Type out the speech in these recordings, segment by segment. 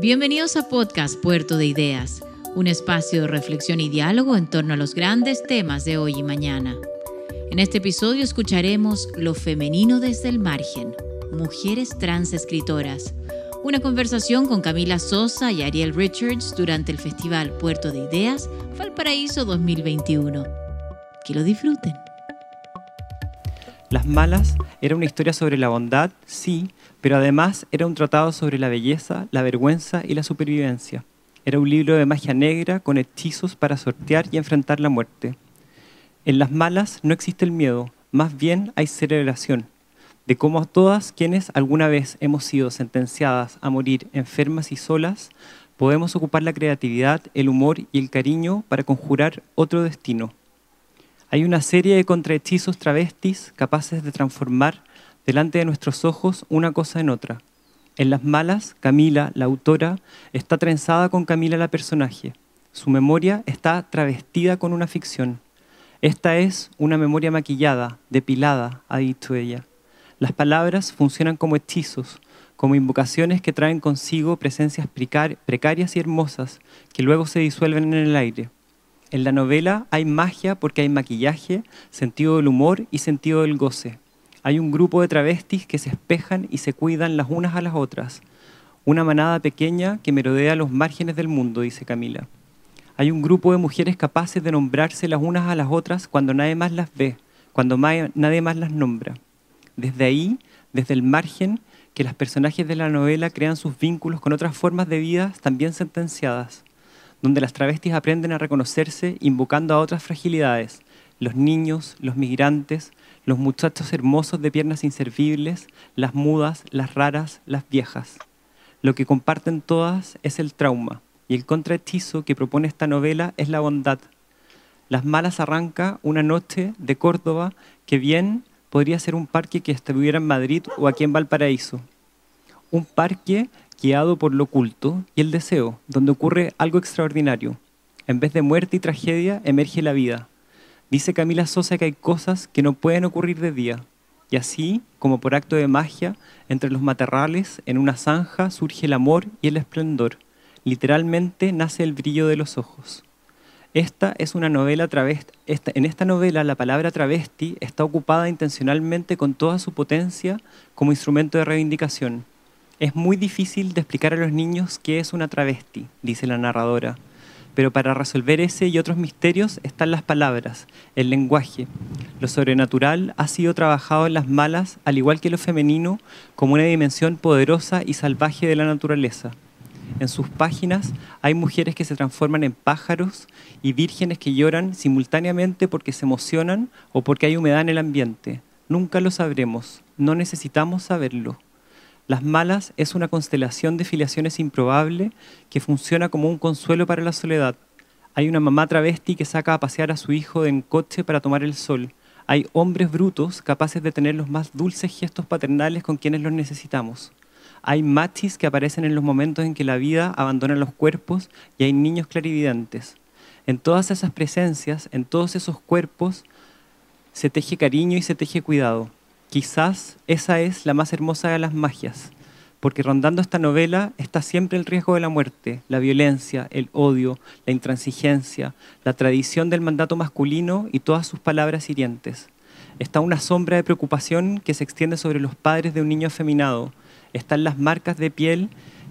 Bienvenidos a Podcast Puerto de Ideas, un espacio de reflexión y diálogo en torno a los grandes temas de hoy y mañana. En este episodio escucharemos Lo femenino desde el margen, mujeres trans escritoras, una conversación con Camila Sosa y Ariel Richards durante el Festival Puerto de Ideas Valparaíso 2021. Que lo disfruten. Las Malas era una historia sobre la bondad, sí, pero además era un tratado sobre la belleza, la vergüenza y la supervivencia. Era un libro de magia negra con hechizos para sortear y enfrentar la muerte. En Las Malas no existe el miedo, más bien hay celebración, de cómo todas quienes alguna vez hemos sido sentenciadas a morir enfermas y solas, podemos ocupar la creatividad, el humor y el cariño para conjurar otro destino. Hay una serie de contrahechizos travestis capaces de transformar delante de nuestros ojos una cosa en otra. En Las Malas, Camila, la autora, está trenzada con Camila, la personaje. Su memoria está travestida con una ficción. Esta es una memoria maquillada, depilada, ha dicho ella. Las palabras funcionan como hechizos, como invocaciones que traen consigo presencias precarias y hermosas que luego se disuelven en el aire. En la novela hay magia porque hay maquillaje, sentido del humor y sentido del goce. Hay un grupo de travestis que se espejan y se cuidan las unas a las otras. Una manada pequeña que merodea los márgenes del mundo, dice Camila. Hay un grupo de mujeres capaces de nombrarse las unas a las otras cuando nadie más las ve, cuando nadie más las nombra. Desde ahí, desde el margen, que los personajes de la novela crean sus vínculos con otras formas de vida también sentenciadas, donde las travestis aprenden a reconocerse invocando a otras fragilidades, los niños, los migrantes, los muchachos hermosos de piernas inservibles, las mudas, las raras, las viejas. Lo que comparten todas es el trauma, y el contrahechizo que propone esta novela es la bondad. Las Malas arranca una noche de Córdoba que bien podría ser un parque que estuviera en Madrid o aquí en Valparaíso. Un parque guiado por lo oculto y el deseo, donde ocurre algo extraordinario. En vez de muerte y tragedia, emerge la vida. Dice Camila Sosa que hay cosas que no pueden ocurrir de día. Y así, como por acto de magia, entre los matorrales, en una zanja, surge el amor y el esplendor. Literalmente nace el brillo de los ojos. Esta es una novela travesti. En esta novela la palabra travesti está ocupada intencionalmente con toda su potencia como instrumento de reivindicación. Es muy difícil de explicar a los niños qué es una travesti, dice la narradora. Pero para resolver ese y otros misterios están las palabras, el lenguaje. Lo sobrenatural ha sido trabajado en Las Malas, al igual que lo femenino, como una dimensión poderosa y salvaje de la naturaleza. En sus páginas hay mujeres que se transforman en pájaros y vírgenes que lloran simultáneamente porque se emocionan o porque hay humedad en el ambiente. Nunca lo sabremos, no necesitamos saberlo. Las Malas es una constelación de filiaciones improbable que funciona como un consuelo para la soledad. Hay una mamá travesti que saca a pasear a su hijo en coche para tomar el sol. Hay hombres brutos capaces de tener los más dulces gestos paternales con quienes los necesitamos. Hay machis que aparecen en los momentos en que la vida abandona los cuerpos y hay niños clarividentes. En todas esas presencias, en todos esos cuerpos, se teje cariño y se teje cuidado. Quizás esa es la más hermosa de las magias, porque rondando esta novela está siempre el riesgo de la muerte, la violencia, el odio, la intransigencia, la tradición del mandato masculino y todas sus palabras hirientes. Está una sombra de preocupación que se extiende sobre los padres de un niño afeminado. Están las marcas de piel,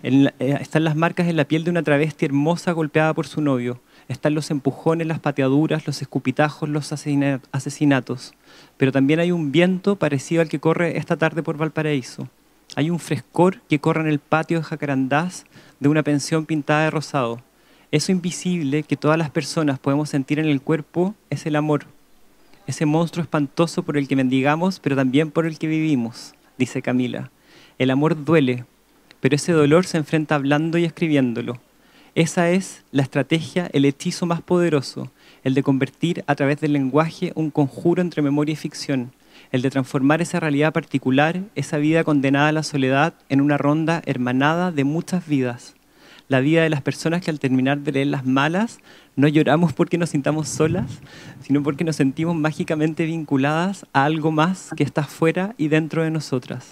están las marcas en la piel de una travesti hermosa golpeada por su novio. Están los empujones, las pateaduras, los escupitajos, los asesinatos. Pero también hay un viento parecido al que corre esta tarde por Valparaíso. Hay un frescor que corre en el patio de jacarandás de una pensión pintada de rosado. Eso invisible que todas las personas podemos sentir en el cuerpo es el amor. Ese monstruo espantoso por el que mendigamos, pero también por el que vivimos, dice Camila. El amor duele, pero ese dolor se enfrenta hablando y escribiéndolo. Esa es la estrategia, el hechizo más poderoso, el de convertir a través del lenguaje un conjuro entre memoria y ficción, el de transformar esa realidad particular, esa vida condenada a la soledad, en una ronda hermanada de muchas vidas. La vida de las personas que al terminar de leer Las Malas no lloramos porque nos sintamos solas, sino porque nos sentimos mágicamente vinculadas a algo más que está fuera y dentro de nosotras.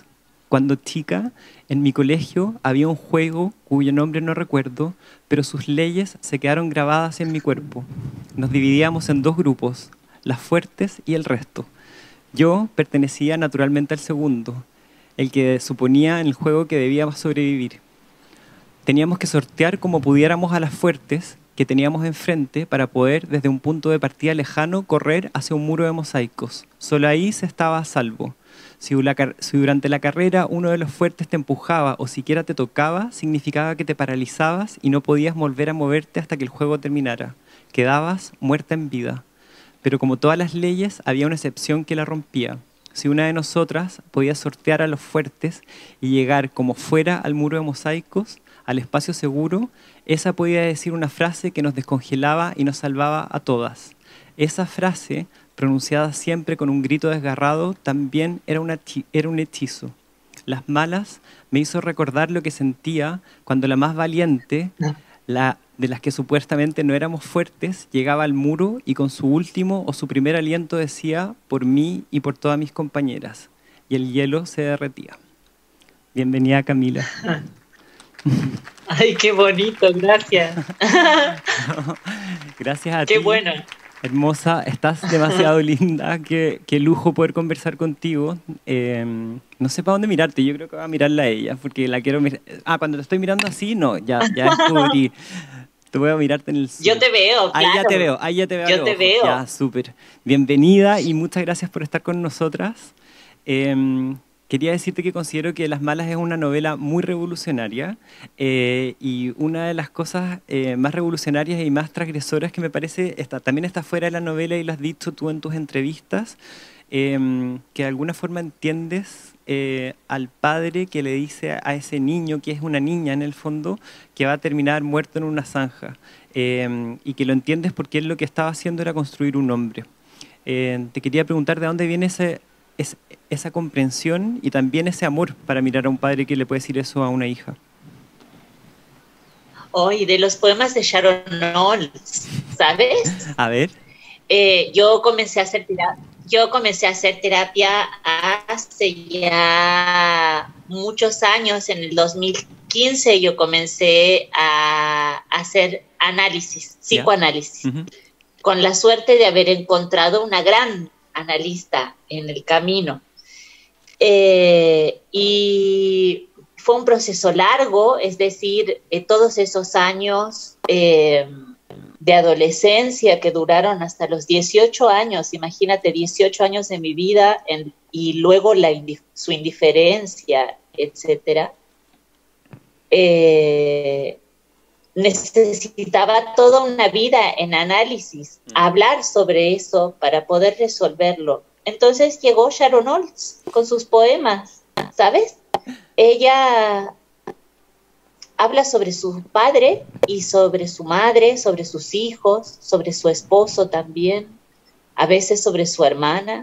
Cuando chica, en mi colegio había un juego cuyo nombre no recuerdo, pero sus leyes se quedaron grabadas en mi cuerpo. Nos dividíamos en dos grupos, las fuertes y el resto. Yo pertenecía naturalmente al segundo, el que suponía en el juego que debíamos sobrevivir. Teníamos que sortear como pudiéramos a las fuertes que teníamos enfrente para poder, desde un punto de partida lejano, correr hacia un muro de mosaicos. Solo ahí se estaba a salvo. Si durante la carrera uno de los fuertes te empujaba o siquiera te tocaba, significaba que te paralizabas y no podías volver a moverte hasta que el juego terminara. Quedabas muerta en vida. Pero como todas las leyes, había una excepción que la rompía. Si una de nosotras podía sortear a los fuertes y llegar como fuera al muro de mosaicos, al espacio seguro, esa podía decir una frase que nos descongelaba y nos salvaba a todas. Esa frase, pronunciada siempre con un grito desgarrado, también era un hechizo. Las malas me hizo recordar lo que sentía cuando la más valiente, la de las que supuestamente no éramos fuertes, llegaba al muro y con su último o su primer aliento decía, por mí y por todas mis compañeras. Y el hielo se derretía. Bienvenida, Camila. Ay, qué bonito, gracias. Gracias a ti. Qué bueno. Hermosa, estás demasiado linda, qué lujo poder conversar contigo. No sé para dónde mirarte, yo creo que voy a mirarla a ella, porque la quiero mirar. Ah, cuando te estoy mirando así, no, ya descubrí. Te voy a mirarte en el sur. Yo te veo, claro. Ahí ya te veo. Yo te veo. Ya, súper. Bienvenida y muchas gracias por estar con nosotras. Quería decirte que considero que Las Malas es una novela muy revolucionaria y una de las cosas más revolucionarias y más transgresoras que me parece también está fuera de la novela y lo has dicho tú en tus entrevistas, que de alguna forma entiendes al padre que le dice a ese niño, que es una niña en el fondo, que va a terminar muerto en una zanja y que lo entiendes porque él lo que estaba haciendo era construir un hombre. Te quería preguntar de dónde viene esa comprensión y también ese amor para mirar a un padre que le puede decir eso a una hija. Hoy de los poemas de Sharon Olds, ¿sabes? A ver. Yo comencé a hacer terapia hace ya muchos años. En el 2015 yo comencé a hacer psicoanálisis, con la suerte de haber encontrado una gran analista en el camino. Y fue un proceso largo, es decir, todos esos años de adolescencia que duraron hasta los 18 años, imagínate, 18 años de mi vida y luego su indiferencia, etcétera. Necesitaba toda una vida en análisis, hablar sobre eso para poder resolverlo. Entonces llegó Sharon Olds con sus poemas, ¿sabes? Ella habla sobre su padre y sobre su madre, sobre sus hijos, sobre su esposo también, a veces sobre su hermana.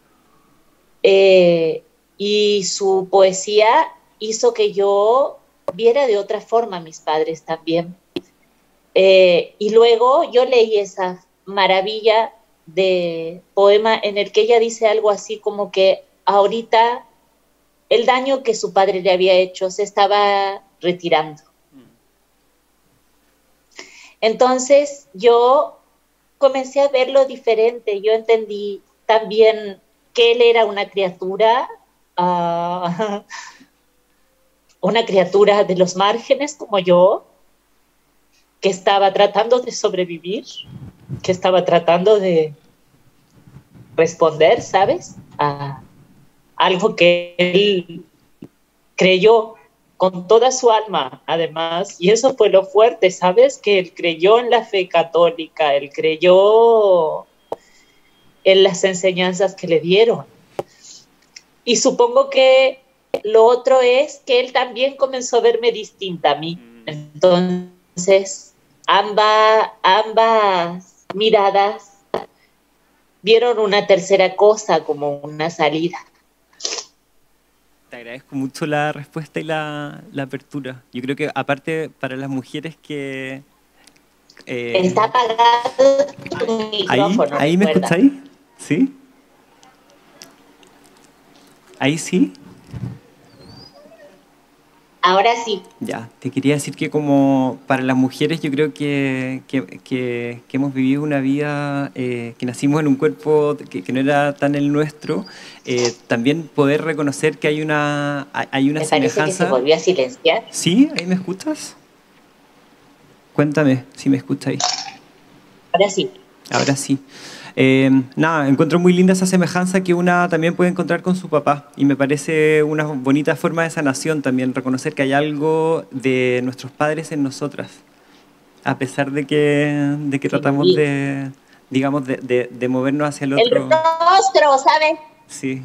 Y su poesía hizo que yo viera de otra forma a mis padres también. Y luego yo leí esa maravilla de poema en el que ella dice algo así como que ahorita el daño que su padre le había hecho se estaba retirando. Entonces yo comencé a verlo diferente. Yo entendí también que él era una criatura de los márgenes como yo, que estaba tratando de sobrevivir, que estaba tratando de responder, ¿sabes?, a algo que él creyó con toda su alma, además, y eso fue lo fuerte, ¿sabes?, que él creyó en la fe católica, él creyó en las enseñanzas que le dieron. Y supongo que lo otro es que él también comenzó a verme distinta a mí. Entonces, ambas miradas vieron una tercera cosa como una salida. Te agradezco mucho la respuesta y la apertura. Yo creo que aparte para las mujeres que... Está apagado tu micrófono. ¿Ahí me escucháis? ¿Sí? ¿Ahí sí? Ahora sí. Ya, te quería decir que como para las mujeres yo creo que hemos vivido una vida, que nacimos en un cuerpo que no era tan el nuestro, también poder reconocer que hay una Me parece que se semejanza. volvió a silenciar. ¿Sí? ¿Ahí me escuchas? Cuéntame si me escucháis. Ahora sí. Ahora sí. Nada, encuentro muy linda esa semejanza que una también puede encontrar con su papá y me parece una bonita forma de sanación también, reconocer que hay algo de nuestros padres en nosotras, a pesar de que tratamos Sí. de, digamos, de movernos hacia el El otro. rostro, ¿sabes? Sí,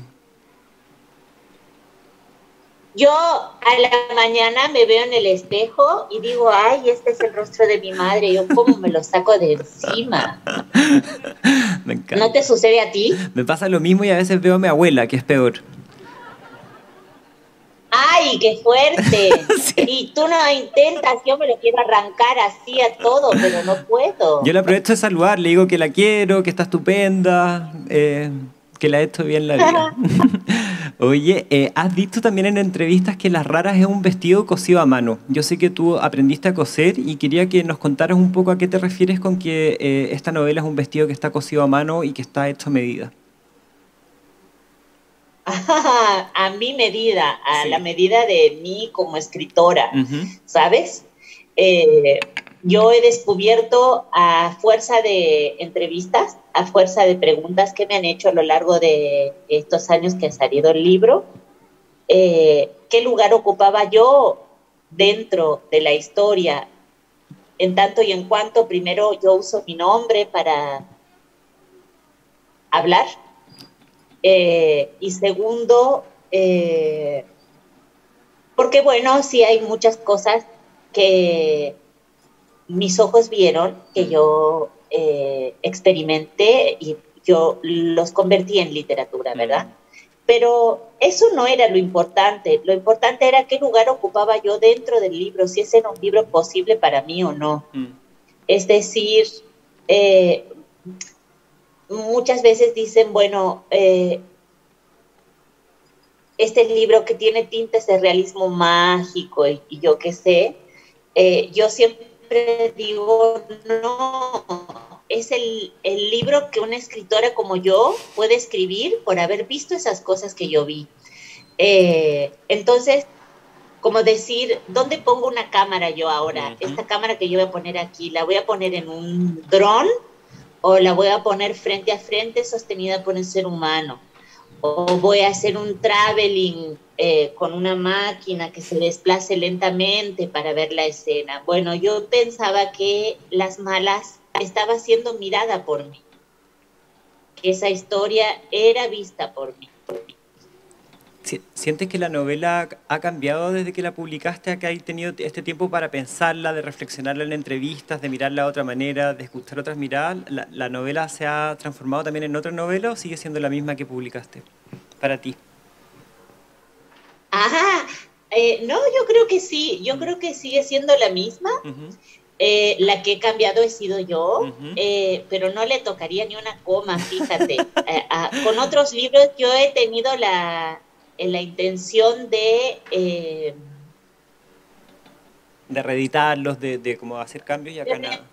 Yo a la mañana me veo en el espejo y digo, ay, este es el rostro de mi madre, yo cómo me lo saco de encima. me ¿No encanta. te sucede a ti? Me pasa lo mismo y a veces veo a mi abuela, que es peor. ¡Ay, qué fuerte! Sí. Y tú no intentas, yo me lo quiero arrancar así a todo, pero no Yo puedo. la aprovecho de saludar, le digo que la quiero, que está estupenda, que la he hecho bien la vida. Oye, has visto también en entrevistas que Las Raras es un vestido cosido a mano. Yo sé que tú aprendiste a coser y quería que nos contaras un poco a qué te refieres con que esta novela es un vestido que está cosido a mano y que está hecho a medida. A mi medida, a la Sí. medida de mí como escritora, Ujú. ¿sabes? Eh, yo he descubierto a fuerza de entrevistas, a fuerza de preguntas que me han hecho a lo largo de estos años que ha salido el libro, qué lugar ocupaba yo dentro de la historia, en tanto y en cuanto primero yo uso mi nombre para hablar, y segundo, porque bueno, sí hay muchas cosas que mis ojos vieron, que Mm. yo experimenté y yo los convertí en literatura, ¿verdad? Mm. Pero eso no era lo importante era qué lugar ocupaba yo dentro del libro, si ese era un libro posible para mí o no. Mm. Es decir, eh, muchas veces dicen, bueno, este libro que tiene tintes de realismo mágico y yo qué sé, yo siempre digo, no, es el libro que una escritora como yo puede escribir por haber visto esas cosas que yo vi. Entonces, como decir, ¿dónde pongo una cámara yo ahora? Ujú. Esta cámara que yo voy a poner aquí, ¿la voy a poner en un dron o la voy a poner frente a frente sostenida por un ser humano? O voy a hacer un traveling con una máquina que se desplace lentamente para ver la escena. Bueno, yo pensaba que Las Malas estaba siendo mirada por mí, que esa historia era vista por mí. ¿Sientes que la novela ha cambiado desde que la publicaste, a que has tenido este tiempo para pensarla, de reflexionarla en entrevistas, de mirarla de otra manera, de escuchar otras miradas? ¿La novela se ha transformado también en otra novela o sigue siendo la misma que publicaste para ti? Ajá, no, yo creo que sí, yo Mm. creo que sigue siendo la misma. Ujú. La que he cambiado he sido yo, Ujú. pero no le tocaría ni una coma, fíjate. Con otros libros yo he tenido la intención De reeditarlos, de como hacer cambios y acá nada.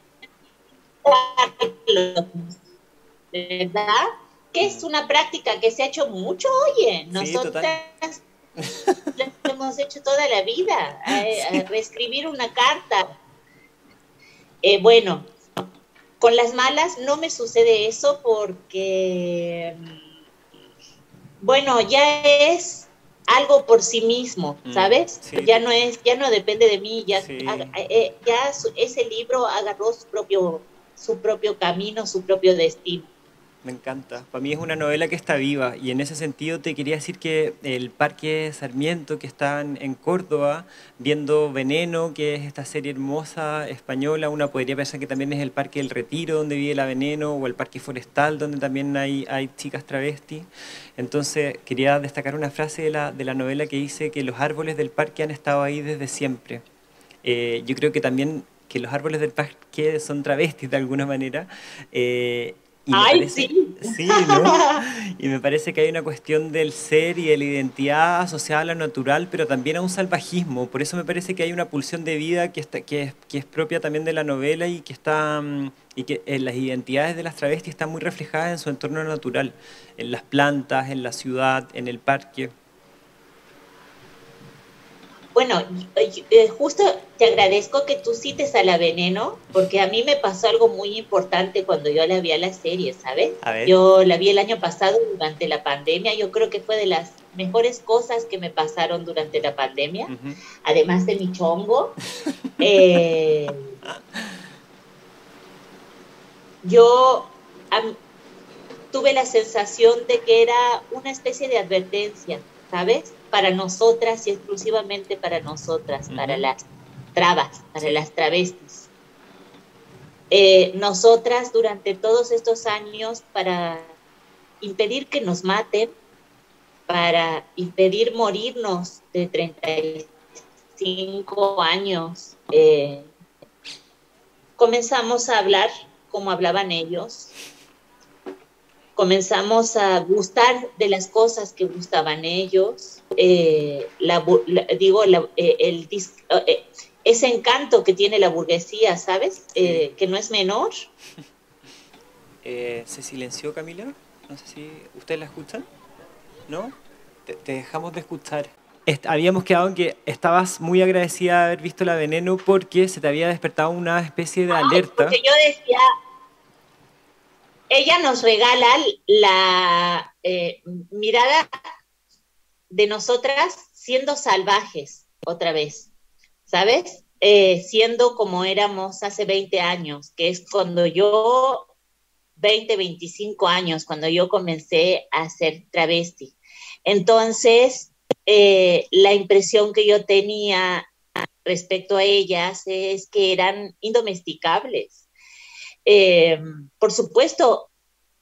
¿verdad? Que es Mm. una práctica que se ha hecho mucho, oye, Sí, total. nosotras lo hemos hecho toda la vida, a Sí. reescribir una carta. Bueno, con Las Malas no me sucede eso porque, bueno, ya es algo por sí mismo, Mm. ¿sabes? Sí, Ya no depende de mí, sí. ese libro agarró su propio camino, su propio destino. Me encanta. Para mí es una novela que está viva y en ese sentido te quería decir que el Parque Sarmiento que está en Córdoba, viendo Veneno, que es esta serie hermosa española, una podría pensar que también es el Parque del Retiro donde vive la Veneno o el Parque Forestal donde también hay chicas travestis. Entonces quería destacar una frase de la novela que dice que los árboles del parque han estado ahí desde siempre. Yo creo que también que los árboles del parque son travestis de alguna manera. Y me Ay, parece, sí. sí, ¿no? Y me parece que hay una cuestión del ser y de la identidad asociada a lo natural, pero también a un salvajismo. Por eso me parece que hay una pulsión de vida que es propia también de la novela y que está y que las identidades de las travestis están muy reflejadas en su entorno natural, en las plantas, en la ciudad, en el parque. Bueno, justo te agradezco que tú cites a la Veneno, porque a mí me pasó algo muy importante cuando yo la vi a la serie, ¿sabes? A ver. Yo la vi el año pasado durante la pandemia, yo creo que fue de las mejores cosas que me pasaron durante la pandemia, Ujú. además de mi chongo. Eh, yo am, tuve la sensación de que era una especie de advertencia, ¿sabes? Para nosotras y exclusivamente para nosotras, para Ujú. las trabas, para Sí, las travestis. Nosotras durante todos estos años, para impedir que nos maten, para impedir morirnos de 35 años, comenzamos a hablar como hablaban ellos, comenzamos a gustar de las cosas que gustaban ellos, ese encanto que tiene la burguesía, ¿sabes? sí. Que no es menor. ¿Se silenció Camila? No sé si ustedes la escuchan. ¿No? Te dejamos de escuchar. Habíamos quedado en que estabas muy agradecida de haber visto la Veneno porque se te había despertado una especie de Ay, alerta. porque yo decía, ella nos regala la mirada de nosotras siendo salvajes otra vez, ¿sabes? Siendo como éramos hace 20 años, que es cuando yo, 20, 25 años, cuando yo comencé a ser travesti. Entonces, la impresión que yo tenía respecto a ellas es que eran indomesticables. Por supuesto,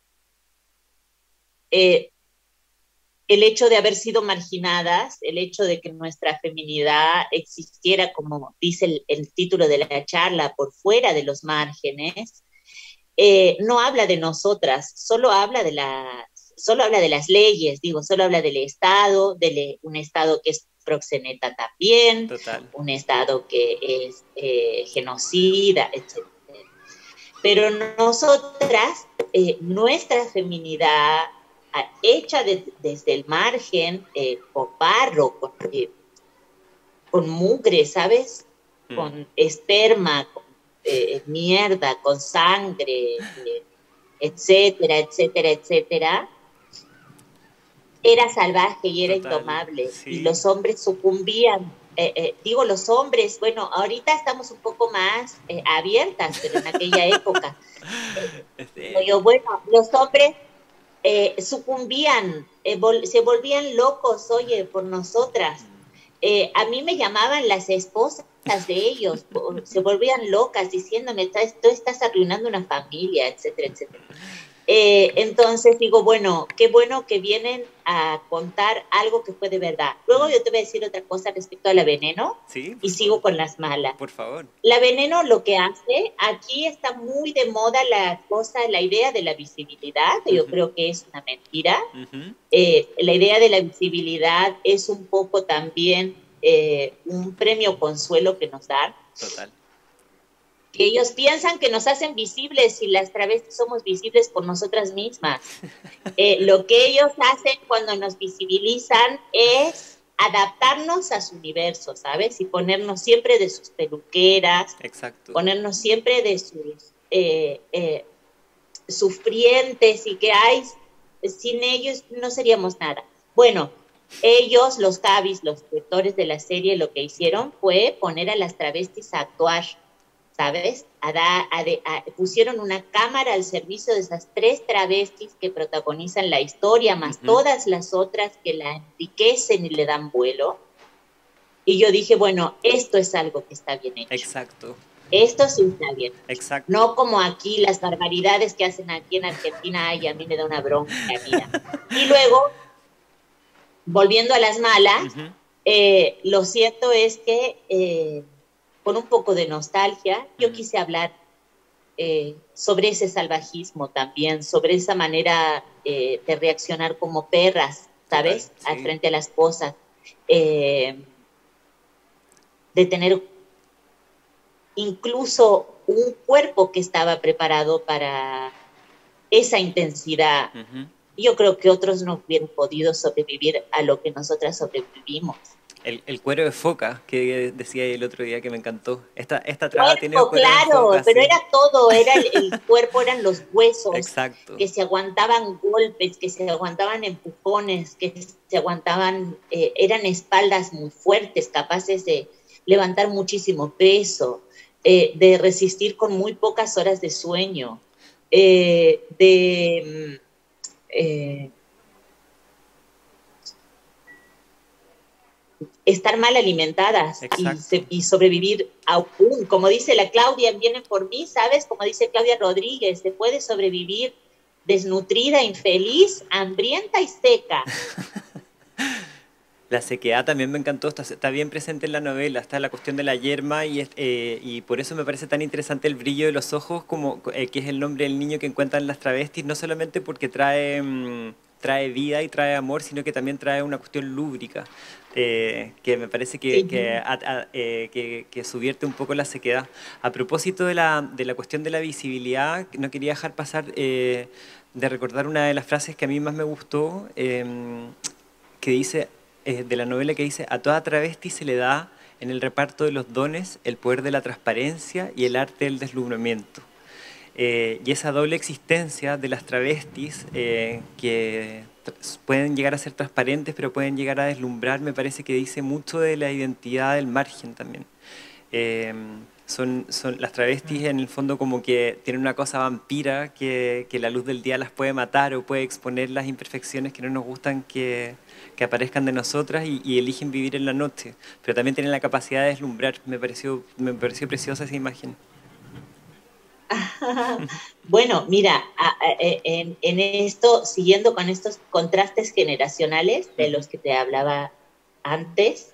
eh, el hecho de haber sido marginadas, el hecho de que nuestra feminidad existiera, como dice el título de la charla, por fuera de los márgenes, no habla de nosotras, solo habla de las leyes, digo, solo habla del Estado, un Estado que es proxeneta también, Total. un Estado que es genocida, etc. Pero nosotras, nuestra feminidad hecha desde el margen, con barro, con mugre, ¿sabes? Mm. Con esperma, con mierda, con sangre, etcétera, etcétera, etcétera, era salvaje y era Total. indomable. Y Sí. los hombres sucumbían. Digo los hombres, bueno, ahorita estamos un poco más abiertas, pero en aquella época, Este, bueno, los hombres sucumbían, se volvían locos, oye, por nosotras. A mí me llamaban las esposas de ellos, se volvían locas diciéndome, tú estás arruinando una familia, etcétera, etcétera. Entonces digo, bueno, qué bueno que vienen a contar algo que fue de verdad. Luego yo te voy a decir otra cosa respecto a la Veneno sí, por y favor. sigo con las malas. Por favor. La Veneno lo que hace, aquí está muy de moda la idea de la visibilidad, yo Ujú. creo que es una mentira. Ujú. La idea de la visibilidad es un poco también un premio consuelo que nos dan, Total. que ellos piensan que nos hacen visibles y las travestis somos visibles por nosotras mismas. Lo que ellos hacen cuando nos visibilizan es adaptarnos a su universo, ¿sabes? Y ponernos siempre de sus peluqueras, Exacto. ponernos siempre de sus sufrientes y que hay, sin ellos no seríamos nada. Bueno, ellos, los Javis, los directores de la serie, lo que hicieron fue poner a las travestis a actuar, ¿sabes? Pusieron una cámara al servicio de esas 3 travestis que protagonizan la historia, más todas las otras que la enriquecen y le dan vuelo. Y yo dije, bueno, esto es algo que está bien hecho. Exacto. Esto sí está bien. Exacto. No como aquí, las barbaridades que hacen aquí en Argentina, ay, a mí me da una bronca, mira. Y luego, volviendo a las malas, Ujú. lo cierto es que con un poco de nostalgia, yo quise hablar sobre ese salvajismo también, sobre esa manera de reaccionar como perras, ¿sabes? Total, sí. Frente a las cosas, de tener incluso un cuerpo que estaba preparado para esa intensidad. Yo creo que otros no hubieran podido sobrevivir a lo que nosotras sobrevivimos. El cuero de foca que decía el otro día que me encantó. Esta traga Cuerpo, tiene cuero de claro, foca, pero sí. era todo, era el cuerpo, eran los huesos, Exacto. que se aguantaban golpes, que se aguantaban empujones, que se aguantaban, eran espaldas muy fuertes, capaces de levantar muchísimo peso, de resistir con muy pocas horas de sueño, de estar mal alimentadas y sobrevivir aún, como dice la Claudia, vienen por mí, ¿sabes? Como dice Claudia Rodríguez, se puede sobrevivir desnutrida, infeliz, hambrienta y seca. La sequedad también me encantó, está bien presente en la novela, está la cuestión de la yerma y por eso me parece tan interesante el brillo de los ojos, como que es el nombre del niño que encuentran las travestis, no solamente porque trae vida y trae amor, sino que también trae una cuestión lúbrica, que me parece que subvierte un poco la sequedad. A propósito de la cuestión de la visibilidad, no quería dejar pasar de recordar una de las frases que a mí más me gustó, que dice... de la novela, que dice: a toda travesti se le da en el reparto de los dones el poder de la transparencia y el arte del deslumbramiento. Y esa doble existencia de las travestis, que pueden llegar a ser transparentes pero pueden llegar a deslumbrar, me parece que dice mucho de la identidad del margen también. Son las travestis en el fondo como que tienen una cosa vampira que la luz del día las puede matar o puede exponer las imperfecciones que no nos gustan que aparezcan de nosotras y eligen vivir en la noche, pero también tienen la capacidad de deslumbrar. Me pareció preciosa esa imagen. Bueno, mira, en esto, siguiendo con estos contrastes generacionales de los que te hablaba antes,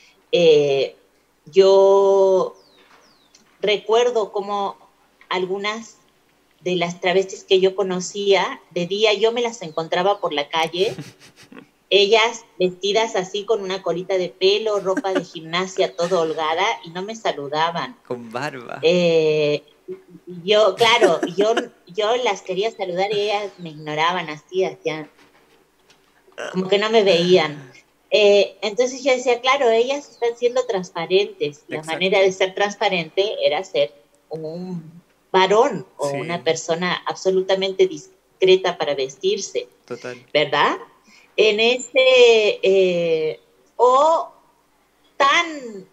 yo recuerdo cómo algunas de las travestis que yo conocía, de día yo me las encontraba por la calle, ellas vestidas así con una colita de pelo, ropa de gimnasia, todo holgada, y no me saludaban. Con barba. Yo, claro, yo las quería saludar y ellas me ignoraban así, hacían como que no me veían. Entonces yo decía, claro, ellas están siendo transparentes. La manera de ser transparente era ser un varón o una persona absolutamente discreta para vestirse. Total. ¿Verdad? En ese, o tan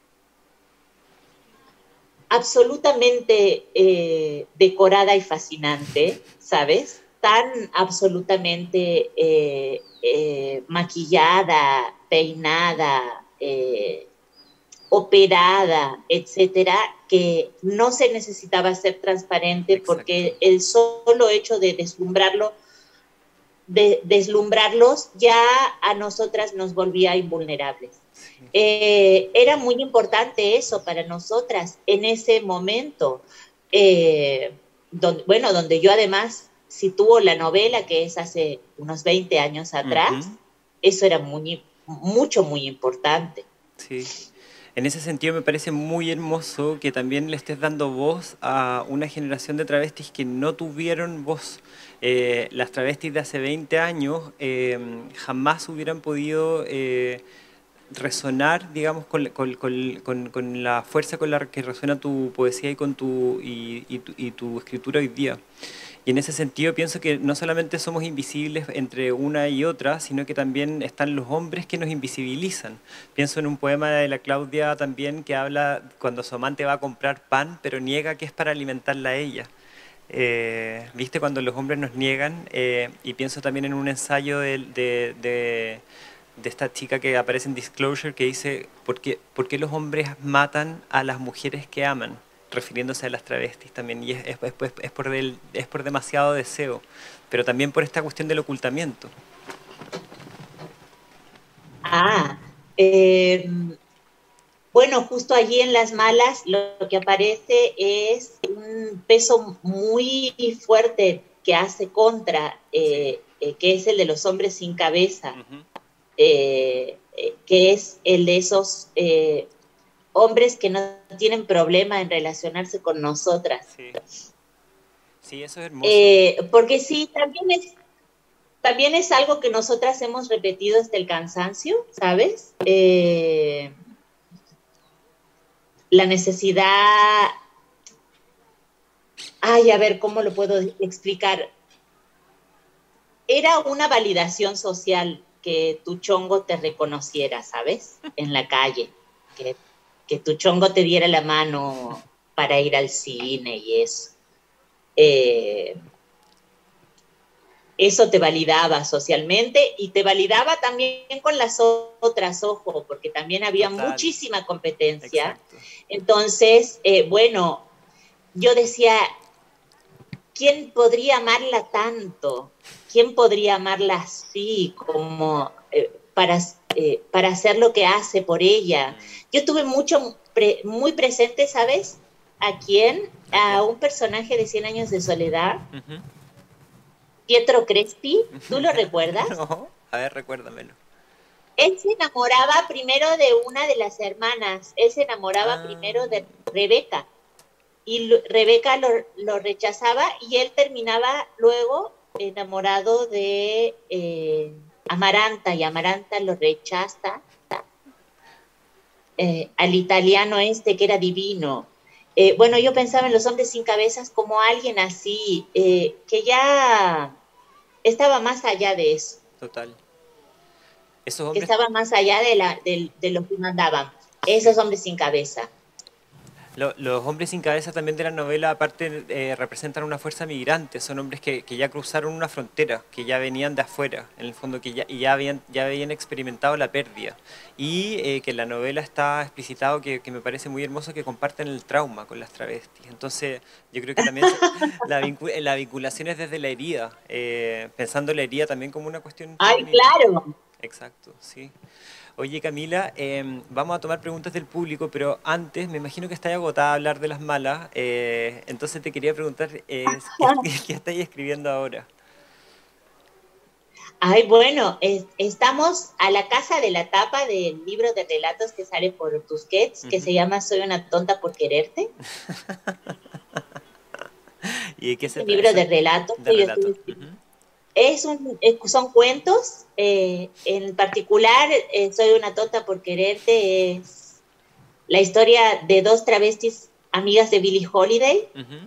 absolutamente decorada y fascinante, ¿sabes? Tan absolutamente maquillada, peinada, operada, etcétera, que no se necesitaba ser transparente porque el solo hecho de deslumbrarlos ya a nosotras nos volvía invulnerables. Era muy importante eso para nosotras en ese momento, donde yo además sitúo la novela, que es hace unos 20 años atrás, eso era muy importante. Sí. En ese sentido me parece muy hermoso que también le estés dando voz a una generación de travestis que no tuvieron voz. Las travestis de hace 20 años jamás hubieran podido resonar, digamos, con la fuerza con la que resuena tu poesía y tu escritura hoy día. Y en ese sentido pienso que no solamente somos invisibles entre una y otra, sino que también están los hombres que nos invisibilizan. Pienso en un poema de la Claudia también que habla cuando su amante va a comprar pan, pero niega que es para alimentarla a ella. ¿Viste? Cuando los hombres nos niegan. Y pienso también en un ensayo de esta chica que aparece en Disclosure que dice: ¿por qué los hombres matan a las mujeres que aman? Refiriéndose a las travestis también, y es por demasiado deseo, pero también por esta cuestión del ocultamiento. Bueno, justo allí en las malas lo que aparece es un peso muy fuerte que hace contra, que es el de los hombres sin cabeza, que es el de esos hombres que no tienen problema en relacionarse con nosotras. Sí, eso es hermoso. Porque sí, también es algo que nosotras hemos repetido hasta el cansancio, ¿sabes? La necesidad... Ay, a ver, ¿cómo lo puedo explicar? Era una validación social que tu chongo te reconociera, ¿sabes? En la calle. Que tu chongo te diera la mano para ir al cine y eso. Eso te validaba socialmente y te validaba también con las otras, ojo, porque también había muchísima competencia. Exacto. Entonces, bueno, yo decía, ¿quién podría amarla tanto? ¿Quién podría amarla así como para hacer lo que hace por ella? Yo tuve muy presente, ¿sabes? ¿A quién? A un personaje de 100 años de soledad. Pietro Crespi, ¿tú lo recuerdas? No, a ver, recuérdamelo. Él se enamoraba primero de una de las hermanas, él se enamoraba primero de Rebeca, y Rebeca lo rechazaba y él terminaba luego enamorado de Amaranta, y Amaranta lo rechaza al italiano que era divino. Bueno, yo pensaba en los hombres sin cabezas como alguien así, que ya estaba más allá de eso. Total. Esos hombres... Que estaba más allá de lo que mandaban. Esos hombres sin cabeza. Los hombres sin cabeza también de la novela, aparte, representan una fuerza migrante. Son hombres que ya cruzaron una frontera, que ya venían de afuera, en el fondo, que ya habían experimentado la pérdida. Y que en la novela está explicitado, que me parece muy hermoso, que comparten el trauma con las travestis. Entonces, yo creo que también la vinculación es desde la herida, pensando la herida también como una cuestión... ¡Ay, claro! Exacto, sí. Oye, Camila, vamos a tomar preguntas del público, pero antes me imagino que estáis agotada a hablar de las malas, entonces te quería preguntar, ¿qué estáis escribiendo ahora? Ay, bueno, estamos a la casa de la tapa del libro de relatos que sale por Tusquets, que se llama Soy una tonta por quererte. ¿Y qué se trata? Un libro de relatos. Son cuentos, en particular Soy una tonta por quererte es la historia de dos travestis amigas de Billie Holiday.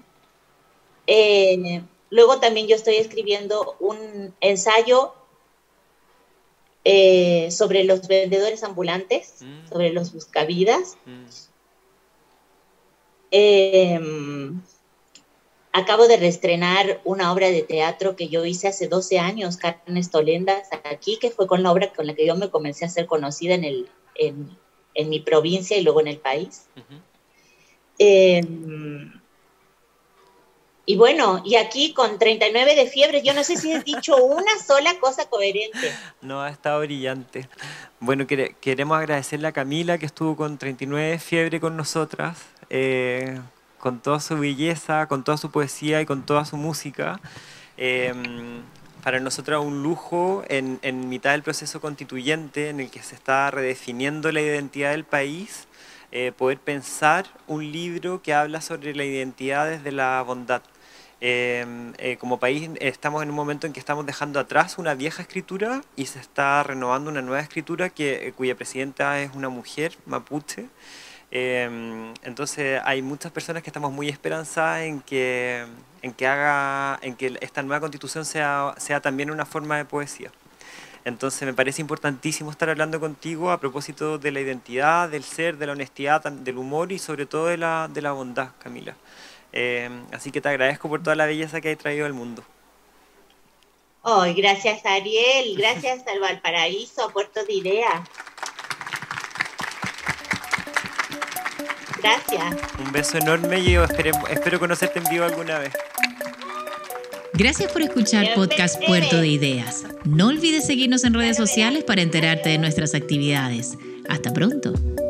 Luego también yo estoy escribiendo un ensayo sobre los vendedores ambulantes, sobre los buscavidas. Acabo de reestrenar una obra de teatro que yo hice hace 12 años, Carnes Tolendas, aquí, que fue con la obra con la que yo me comencé a ser conocida en mi provincia y luego en el país. Y bueno, y aquí con 39 de fiebre, yo no sé si he dicho una sola cosa coherente. No, ha estado brillante. Bueno, queremos agradecerle a Camila, que estuvo con 39 de fiebre con nosotras, con toda su belleza, con toda su poesía y con toda su música. Para nosotros un lujo en mitad del proceso constituyente en el que se está redefiniendo la identidad del país, poder pensar un libro que habla sobre la identidad desde la bondad. Como país estamos en un momento en que estamos dejando atrás una vieja escritura y se está renovando una nueva escritura cuya presidenta es una mujer mapuche. Entonces hay muchas personas que estamos muy esperanzadas en que esta nueva constitución sea también una forma de poesía. Entonces me parece importantísimo estar hablando contigo a propósito de la identidad, del ser, de la honestidad, del humor y sobre todo de la bondad, Camila. Así que te agradezco por toda la belleza que has traído al mundo. Oh, gracias Ariel, gracias al Valparaíso, a Puerto de Idea. Gracias. Un beso enorme y espero conocerte en vivo alguna vez. Gracias por escuchar Podcast Puerto de Ideas. No olvides seguirnos en redes sociales para enterarte de nuestras actividades. Hasta pronto.